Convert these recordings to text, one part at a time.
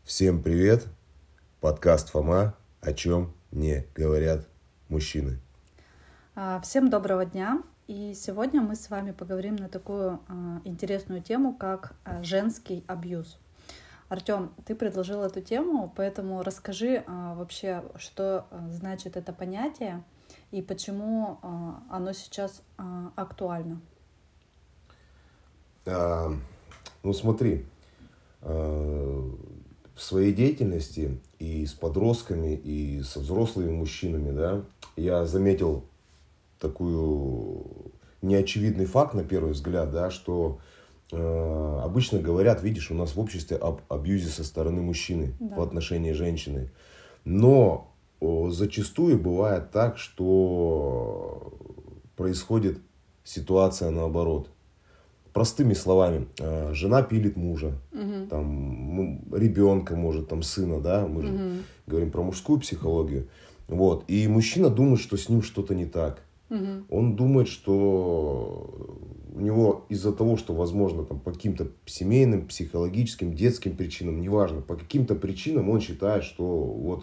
Всем привет! Подкаст Фома. О чем не говорят мужчины. Всем доброго дня! И сегодня мы с вами поговорим на такую интересную тему, как женский абьюз. Артем, ты предложил эту тему, поэтому расскажи вообще, что значит это понятие и почему оно сейчас актуально. Смотри, в своей деятельности и с подростками, и со взрослыми мужчинами, да, я заметил такую неочевидный факт на первый взгляд, да, что обычно говорят, видишь, у нас в обществе об абьюзе со стороны мужчины в отношении женщины. Но зачастую бывает так, что происходит ситуация наоборот. Простыми словами, жена пилит мужа, там, ребенка, может, там, сына, да, мы же говорим про мужскую психологию. Вот. И мужчина думает, что с ним что-то не так. Он думает, что у него из-за того, что, возможно, там, по каким-то семейным, психологическим, детским причинам, неважно, по каким-то причинам он считает, что вот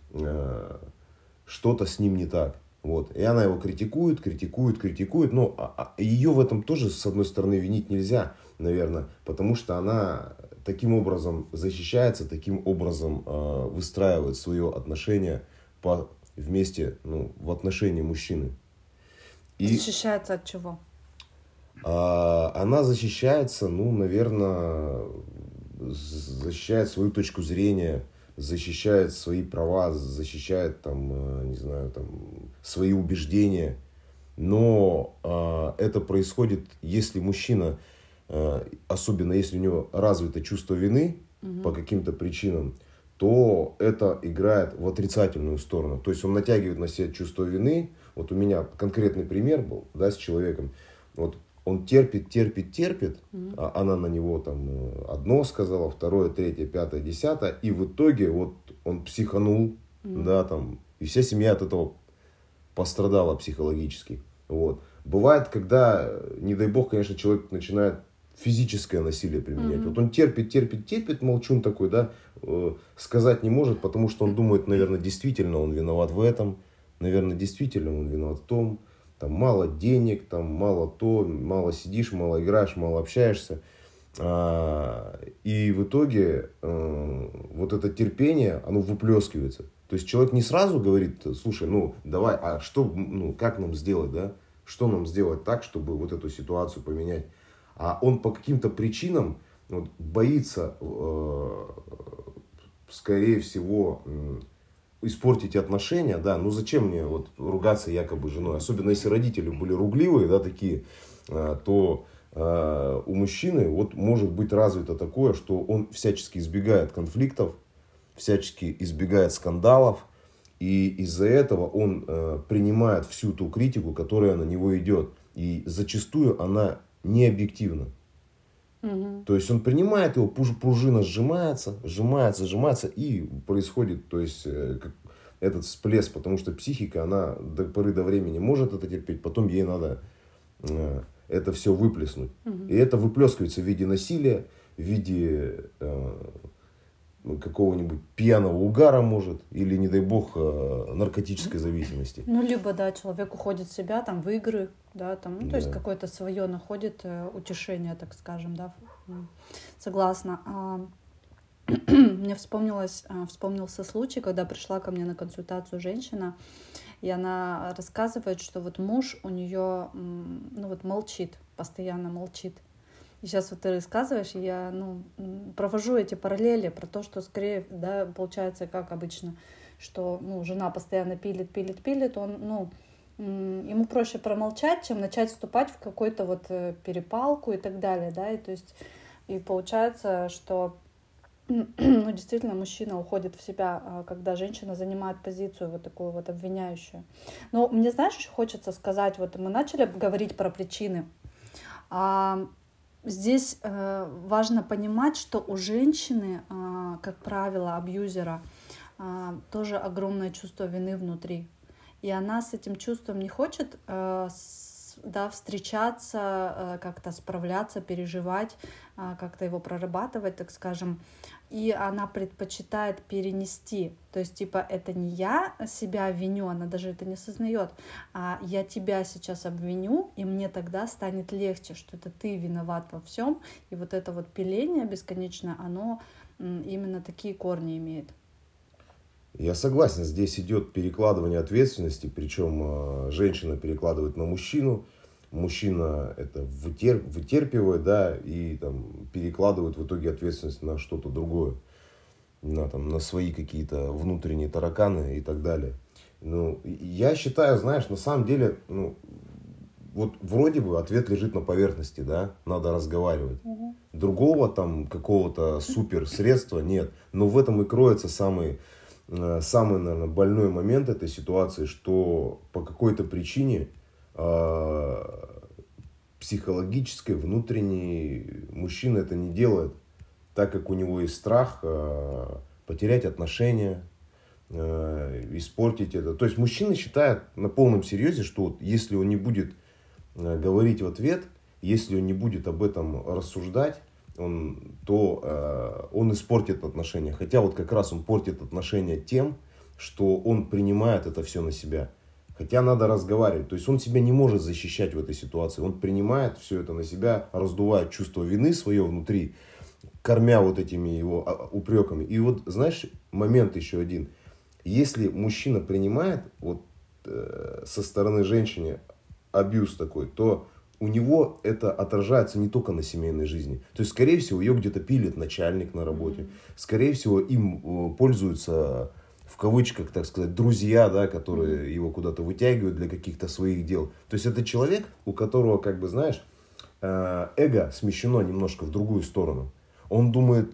что-то с ним не так. Вот. И она его критикует. Но ее в этом тоже, с одной стороны, винить нельзя, наверное, потому что она таким образом защищается, таким образом выстраивает свое отношение вместе, в отношении мужчины. И защищается от чего? Она защищается, наверное, защищает свою точку зрения, защищает свои права, защищает там, не знаю, там, свои убеждения. Но это происходит, если мужчина, особенно если у него развито чувство вины по каким-то причинам, то это играет в отрицательную сторону. То есть он натягивает на себя чувство вины. Вот у меня конкретный пример был, да, с человеком. Вот он терпит, а она на него там одно сказала, второе, третье, пятое, десятое, и в итоге вот он психанул, да, там, и вся семья от этого пострадала психологически. Вот. Бывает, когда, не дай бог, конечно, человек начинает физическое насилие применять. Вот он терпит, молчун такой, да, сказать не может, потому что он думает, наверное, действительно он виноват в этом, наверное, действительно он виноват в том. Там мало денег, там мало то, мало сидишь, мало играешь, мало общаешься. И в итоге вот это терпение, оно выплескивается. То есть человек не сразу говорит, слушай, давай, как нам сделать, да? Что нам сделать так, чтобы вот эту ситуацию поменять? А он по каким-то причинам боится, скорее всего, испортить отношения, да, зачем мне ругаться якобы женой, особенно если родители были ругливые, да, такие, то у мужчины может быть развито такое, что он всячески избегает конфликтов, всячески избегает скандалов, и из-за этого он принимает всю ту критику, которая на него идет, и зачастую она не объективна. То есть он принимает его, пружина сжимается, и происходит, то есть, этот всплеск, потому что психика, она до поры до времени может это терпеть, потом ей надо это все выплеснуть. И это выплескивается в виде насилия, в виде какого-нибудь пьяного угара, может, или, не дай бог, наркотической зависимости. Либо, да, человек уходит в себя, там, в игры, да, там, то есть какое-то свое находит утешение, так скажем, да, согласна. Мне вспомнился случай, когда пришла ко мне на консультацию женщина, и она рассказывает, что муж у нее, молчит, постоянно молчит. И сейчас ты рассказываешь, и я, провожу эти параллели про то, что скорее, да, получается, как обычно, что, жена постоянно пилит, он, ему проще промолчать, чем начать вступать в какую-то перепалку и так далее, да, и то есть, и получается, что, действительно, мужчина уходит в себя, когда женщина занимает позицию такую обвиняющую. Но мне, знаешь, еще хочется сказать, мы начали говорить про причины, здесь важно понимать, что у женщины, как правило, абьюзера, тоже огромное чувство вины внутри. И она с этим чувством не хочет да, встречаться, как-то справляться, переживать, как-то его прорабатывать, так скажем. И она предпочитает перенести. То есть, типа, это не я себя виню, она даже это не осознает, а я тебя сейчас обвиню, и мне тогда станет легче, что это ты виноват во всем. И вот это вот пиление бесконечно, оно именно такие корни имеет. Я согласен, здесь идет перекладывание ответственности, причем женщина перекладывает на мужчину, мужчина это вытерпевает, да, и там перекладывает в итоге ответственность на что-то другое, на свои какие-то внутренние тараканы и так далее. Ну, я считаю, знаешь, на самом деле, вот вроде бы ответ лежит на поверхности, да, надо разговаривать. Другого там какого-то супер средства нет, но в этом и кроется самый, наверное, больной момент этой ситуации, что по какой-то причине психологической, внутренней мужчина это не делает, так как у него есть страх потерять отношения, испортить это. То есть мужчина считает на полном серьезе, что вот если он не будет говорить в ответ, если он не будет об этом рассуждать, то он испортит отношения. Хотя вот как раз он портит отношения тем, что он принимает это все на себя. Хотя надо разговаривать. То есть он себя не может защищать в этой ситуации. Он принимает все это на себя, раздувает чувство вины свое внутри, кормя вот этими его упреками. И вот, знаешь, момент еще один. Если мужчина принимает вот со стороны женщины абьюз такой, то у него это отражается не только на семейной жизни. То есть, скорее всего, ее где-то пилит начальник на работе. Скорее всего, им пользуются, в кавычках, так сказать, друзья, да, которые его куда-то вытягивают для каких-то своих дел. То есть, это человек, у которого, как бы, знаешь, эго смещено немножко в другую сторону. Он думает...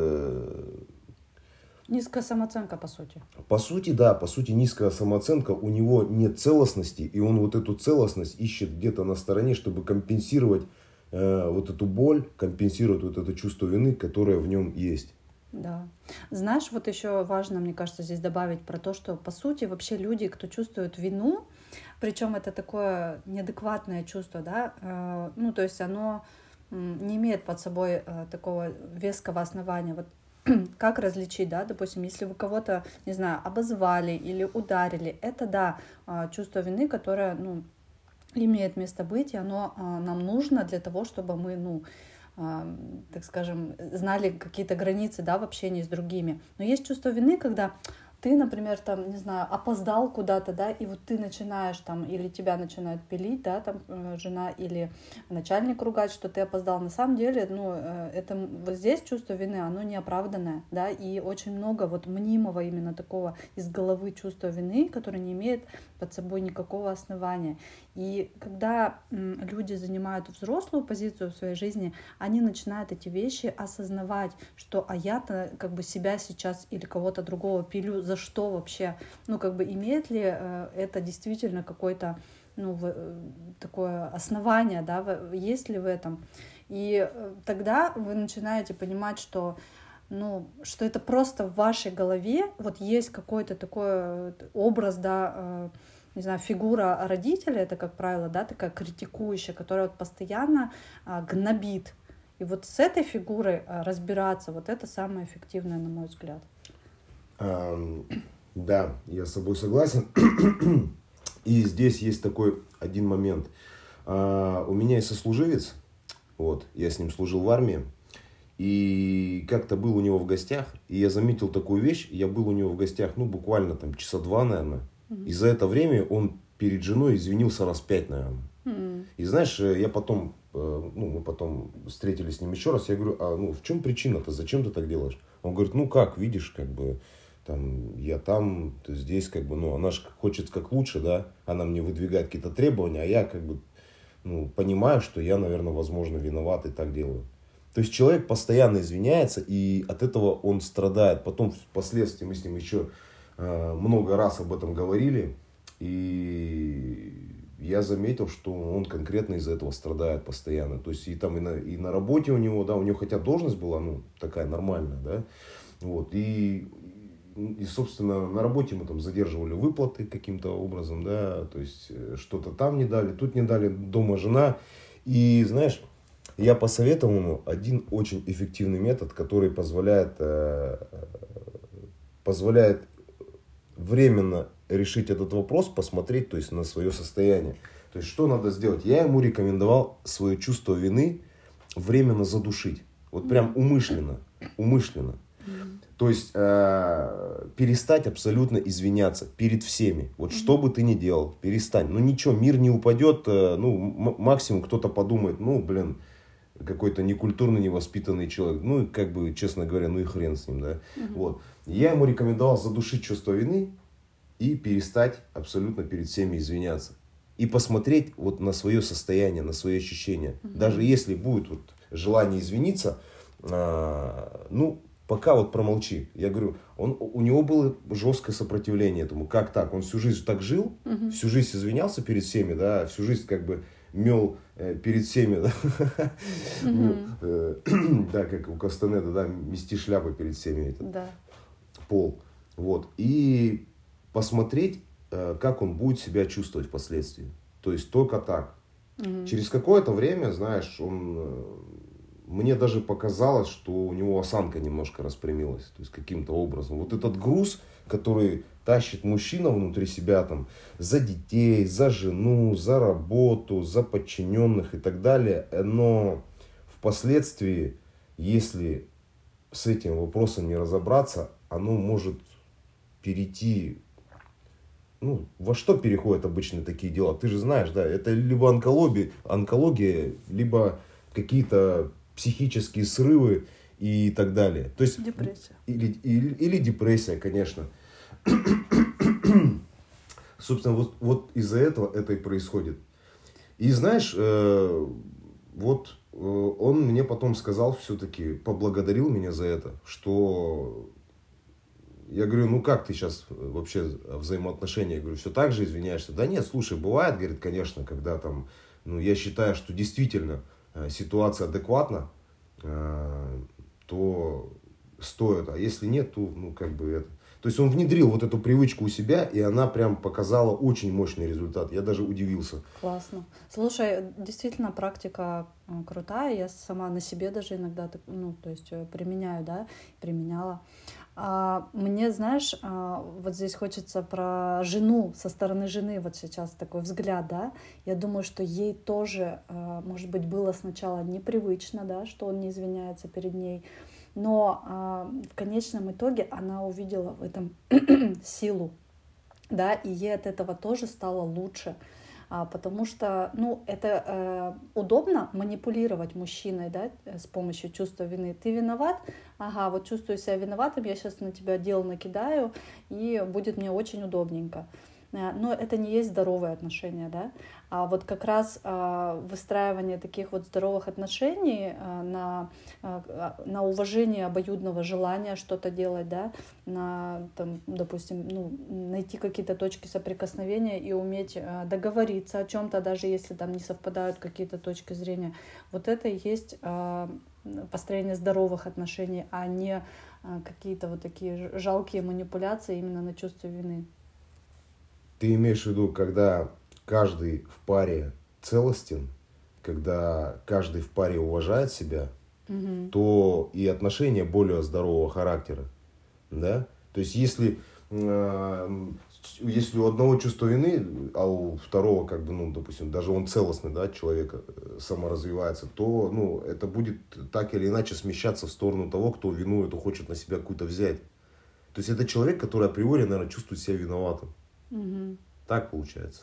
Низкая самооценка, по сути. По сути, да, по сути низкая самооценка, у него нет целостности, и он вот эту целостность ищет где-то на стороне, чтобы компенсировать вот эту боль, компенсировать вот это чувство вины, которое в нем есть. Да. Знаешь, вот еще важно, мне кажется, здесь добавить про то, что, по сути, вообще люди, кто чувствует вину, причем это такое неадекватное чувство, да, ну, то есть оно не имеет под собой такого веского основания. Вот как различить, да, допустим, если вы кого-то, не знаю, обозвали или ударили, это, да, чувство вины, которое, ну, имеет место быть, и оно нам нужно для того, чтобы мы, ну, так скажем, знали какие-то границы, да, в общении с другими. Но есть чувство вины, когда ты, например, там, не знаю, опоздал куда-то, да, и вот ты начинаешь там, или тебя начинают пилить, да, там, жена или начальник ругать, что ты опоздал. На самом деле, ну, это вот здесь чувство вины, оно неоправданное, да, и очень много вот мнимого именно такого из головы чувства вины, которое не имеет под собой никакого основания. И когда люди занимают взрослую позицию в своей жизни, они начинают эти вещи осознавать, что а я-то как бы себя сейчас или кого-то другого пилю, за что вообще? Ну, как бы имеет ли это действительно какое-то, ну, такое основание, да, есть ли в этом? И тогда вы начинаете понимать, что, ну, что это просто в вашей голове, вот есть какой-то такой образ, да, не знаю, фигура родителя, это, как правило, да, такая критикующая, которая вот постоянно гнобит. И вот с этой фигурой разбираться, вот это самое эффективное, на мой взгляд. Да, я с собой согласен. И здесь есть такой один момент. У меня есть сослуживец, вот, я с ним служил в армии, и как-то был у него в гостях, и я заметил такую вещь, я был у него в гостях, ну, буквально там часа 2, наверное, и за это время он перед женой извинился раз 5, наверное. И знаешь, я потом, ну, мы потом встретились с ним еще раз, я говорю, ну, в чем причина-то, зачем ты так делаешь? Он говорит, ну, как, видишь, как бы, там, я там, ты здесь, как бы, ну, она же хочет как лучше, да, она мне выдвигает какие-то требования, а я, как бы, ну, понимаю, что я, наверное, возможно, виноват и так делаю. То есть человек постоянно извиняется, и от этого он страдает. Потом, впоследствии, мы с ним еще много раз об этом говорили, и я заметил, что он конкретно из-за этого страдает постоянно. То есть и там и на работе у него, да, у него хотя должность была, ну, такая нормальная, да, вот, и и, собственно, на работе мы там задерживали выплаты каким-то образом, да, то есть что-то там не дали, тут не дали, дома жена. И, знаешь, я посоветовал ему один очень эффективный метод, который позволяет временно решить этот вопрос, посмотреть, то есть, на свое состояние. То есть, что надо сделать? Я ему рекомендовал свое чувство вины временно задушить. Вот прям умышленно. То есть, перестать абсолютно извиняться перед всеми. Вот что бы ты ни делал, перестань. Ну ничего, мир не упадет. Ну, максимум кто-то подумает, ну, блин, какой-то некультурный, невоспитанный человек. Ну, как бы, честно говоря, ну и хрен с ним, да. Вот. Я ему рекомендовал задушить чувство вины и перестать абсолютно перед всеми извиняться. И посмотреть вот на свое состояние, на свои ощущения. Даже если будет вот желание извиниться, ну, пока вот промолчи. Я говорю, у него было жесткое сопротивление этому. Как так? Он всю жизнь так жил, всю жизнь извинялся перед всеми, да, всю жизнь как бы мел перед всеми, да, да, как у Кастанеда, да, мести шляпы перед всеми, пол. Вот. И посмотреть, как он будет себя чувствовать впоследствии. То есть только так. Через какое-то время, знаешь, мне даже показалось, что у него осанка немножко распрямилась. То есть каким-то образом. Вот этот груз, который тащит мужчина внутри себя там, за детей, за жену, за работу, за подчиненных и так далее, но впоследствии, если с этим вопросом не разобраться, оно может перейти. Ну, во что переходят обычно такие дела? Ты же знаешь, да, это либо онкология, либо какие-то психические срывы и так далее. То есть, депрессия. Или депрессия, конечно. Собственно, вот из-за этого это и происходит. И знаешь, вот он мне потом сказал все-таки, поблагодарил меня за это, что... Я говорю, ну как ты сейчас вообще взаимоотношения? Я говорю, все так же извиняешься? Да нет, слушай, бывает, говорит, конечно, когда там, ну я считаю, что действительно ситуация адекватна, то стоит, а если нет, то, ну как бы это... То есть он внедрил вот эту привычку у себя, и она прям показала очень мощный результат. Я даже удивился. Классно. Слушай, действительно, практика крутая. Я сама на себе даже иногда, ну, то есть применяю, да, применяла. Мне, знаешь, вот здесь хочется про жену, со стороны жены вот сейчас такой взгляд, да. Я думаю, что ей тоже, может быть, было сначала непривычно, да, что он не извиняется перед ней. Но в конечном итоге она увидела в этом силу, да, и ей от этого тоже стало лучше, потому что, ну, это удобно манипулировать мужчиной, да, с помощью чувства вины. Ты виноват, ага, вот чувствую себя виноватым, я сейчас на тебя дело накидаю, и будет мне очень удобненько. Но это не есть здоровые отношения, да. А вот как раз выстраивание таких вот здоровых отношений на уважение обоюдного желания что-то делать, да, на, там, допустим, ну, найти какие-то точки соприкосновения и уметь договориться о чем-то, даже если там не совпадают какие-то точки зрения. Вот это и есть построение здоровых отношений, а не какие-то вот такие жалкие манипуляции именно на чувстве вины. Ты имеешь в виду, когда каждый в паре целостен, когда каждый в паре уважает себя, то и отношения более здорового характера, да? То есть если у одного чувство вины, а у второго, как бы, ну, допустим, даже он целостный, да, человек саморазвивается, то, ну, это будет так или иначе смещаться в сторону того, кто вину эту хочет на себя какую-то взять. То есть это человек, который априори, наверное, чувствует себя виноватым. Так получается.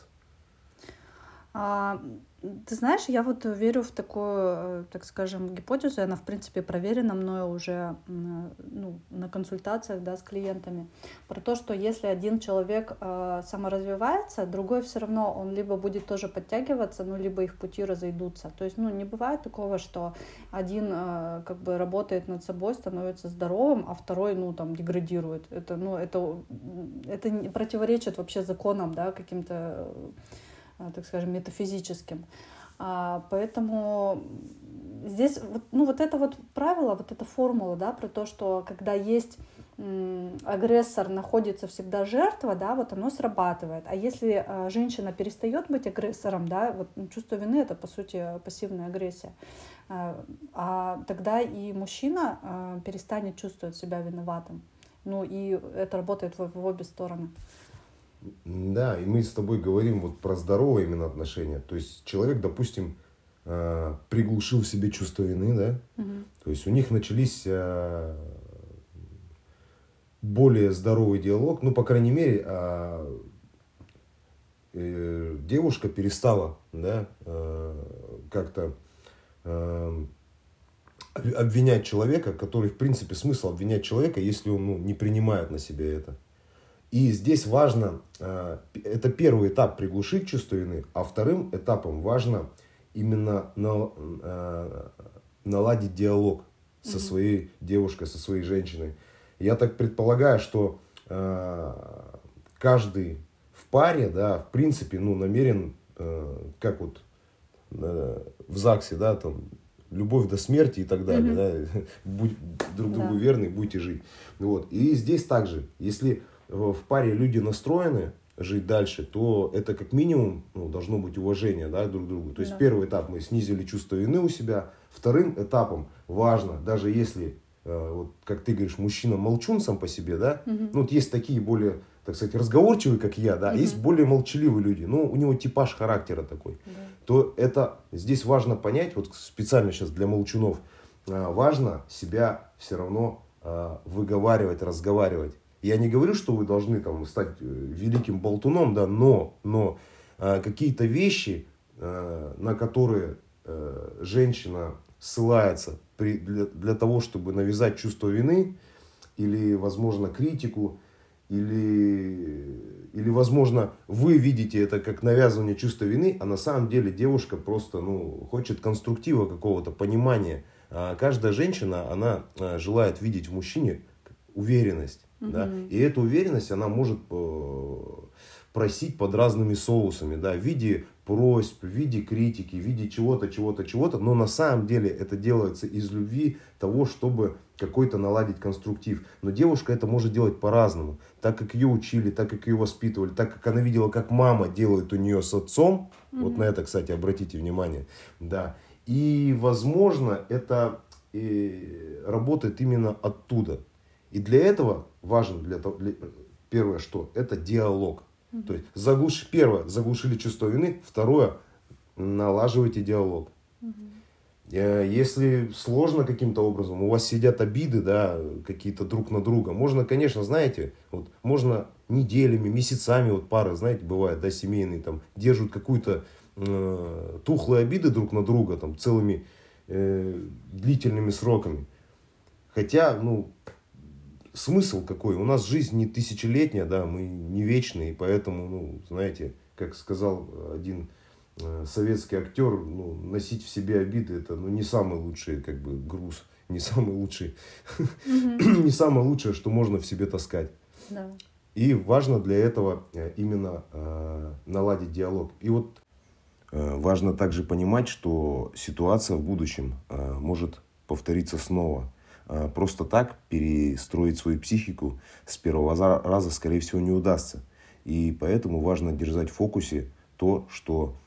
Ты знаешь, я вот верю в такую, так скажем, гипотезу, она, в принципе, проверена мною уже, ну, на консультациях, да, с клиентами, про то, что если один человек саморазвивается, другой все равно, он либо будет тоже подтягиваться, ну, либо их пути разойдутся. То есть, ну, не бывает такого, что один как бы работает над собой, становится здоровым, а второй, ну, там, деградирует. Это, ну, это противоречит вообще законам, да, каким-то, так скажем, метафизическим. Поэтому здесь, ну, вот это вот правило, вот эта формула, да, про то, что когда есть агрессор находится всегда жертва, да, вот оно срабатывает. А если женщина перестает быть агрессором, да, вот чувство вины — это, по сути, пассивная агрессия, а тогда и мужчина перестанет чувствовать себя виноватым. Ну и это работает в обе стороны. Да, и мы с тобой говорим вот про здоровые именно отношения. То есть человек, допустим, приглушил в себе чувство вины, да, то есть у них начались более здоровый диалог, ну, по крайней мере, девушка перестала, да, как-то обвинять человека, который, в принципе, смысл обвинять человека, если он, ну, не принимает на себя это. И здесь важно, это первый этап — приглушить чувство вины, а вторым этапом важно именно наладить диалог со своей девушкой, со своей женщиной. Я так предполагаю, что каждый в паре, да, в принципе, ну, намерен, как вот в ЗАГСе, да, там, любовь до смерти и так далее, да, будь друг другу верны, будете жить. Вот. И здесь также, если в паре люди настроены жить дальше, то это как минимум, ну, должно быть уважение, да, друг к другу. То есть первый этап — мы снизили чувство вины у себя. Вторым этапом важно, даже если, вот, как ты говоришь, мужчина молчун сам по себе, да, ну, вот есть такие более, так сказать, разговорчивые, как я, да, есть более молчаливые люди, ну, у него типаж характера такой, то это здесь важно понять, вот специально сейчас для молчунов, важно себя все равно выговаривать, разговаривать. Я не говорю, что вы должны там стать великим болтуном, да, но какие-то вещи, на которые женщина ссылается для того, чтобы навязать чувство вины или, возможно, критику, или, возможно, вы видите это как навязывание чувства вины, а на самом деле девушка просто, ну, хочет конструктива какого-то, понимания. Каждая женщина, она желает видеть в мужчине уверенность. Да? И эту уверенность она может просить под разными соусами, да, в виде просьб, в виде критики, в виде чего-то, но на самом деле это делается из любви того, чтобы какой-то наладить конструктив. Но девушка это может делать по-разному, так как ее учили, так как ее воспитывали, так как она видела, как мама делает у нее с отцом, вот на это, кстати, обратите внимание, да, и, возможно, это работает именно оттуда. И для этого важно, первое, что это диалог. То есть первое, заглушили чувство вины, второе, налаживайте диалог. Если сложно каким-то образом, у вас сидят обиды, да, какие-то друг на друга, можно, конечно, знаете, вот, можно неделями, месяцами, вот пары, знаете, бывает, да, семейные, там, держат какую-то тухлые обиды друг на друга, там, целыми длительными сроками. Хотя, ну, смысл какой? У нас жизнь не тысячелетняя, да, мы не вечные, поэтому, ну, знаете, как сказал один советский актер, ну, носить в себе обиды — это, ну, не самый лучший, как бы, груз, не самый лучший, не самое лучшее, что можно в себе таскать. И важно для этого именно наладить диалог. И вот важно также понимать, что ситуация в будущем может повториться снова. Просто так перестроить свою психику с первого раза, скорее всего, не удастся. И поэтому важно держать в фокусе то, что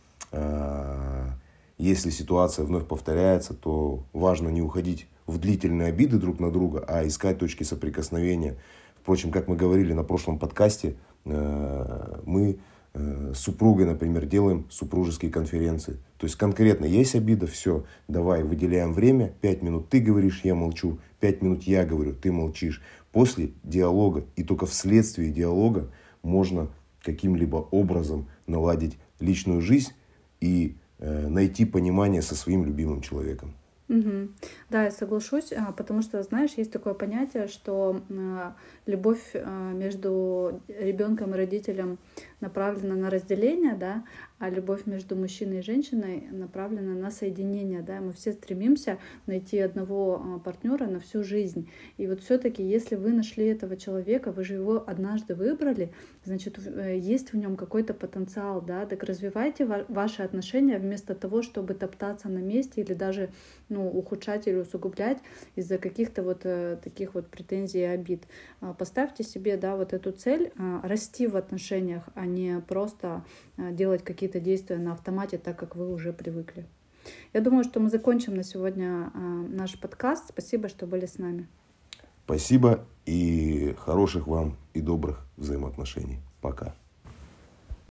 если ситуация вновь повторяется, то важно не уходить в длительные обиды друг на друга, а искать точки соприкосновения. Впрочем, как мы говорили на прошлом подкасте, мы с супругой, например, делаем супружеские конференции. То есть конкретно есть обида, все, давай выделяем время, 5 минут ты говоришь, я молчу, 5 минут я говорю, ты молчишь. После диалога и только вследствие диалога можно каким-либо образом наладить личную жизнь и найти понимание со своим любимым человеком. Да, я соглашусь, потому что, знаешь, есть такое понятие, что любовь между ребенком и родителем направлена на разделение, да, а любовь между мужчиной и женщиной направлена на соединение, да, мы все стремимся найти одного партнера на всю жизнь. И вот все-таки, если вы нашли этого человека, вы же его однажды выбрали, значит, есть в нем какой-то потенциал, да, так развивайте ваши отношения вместо того, чтобы топтаться на месте или даже, ну, ухудшать или усугублять из-за каких-то вот таких вот претензий и обид. Поставьте себе, да, вот эту цель расти в отношениях, а не просто делать какие-то действия на автомате, так как вы уже привыкли. Я думаю, что мы закончим на сегодня наш подкаст. Спасибо, что были с нами. Спасибо и хороших вам и добрых взаимоотношений. Пока.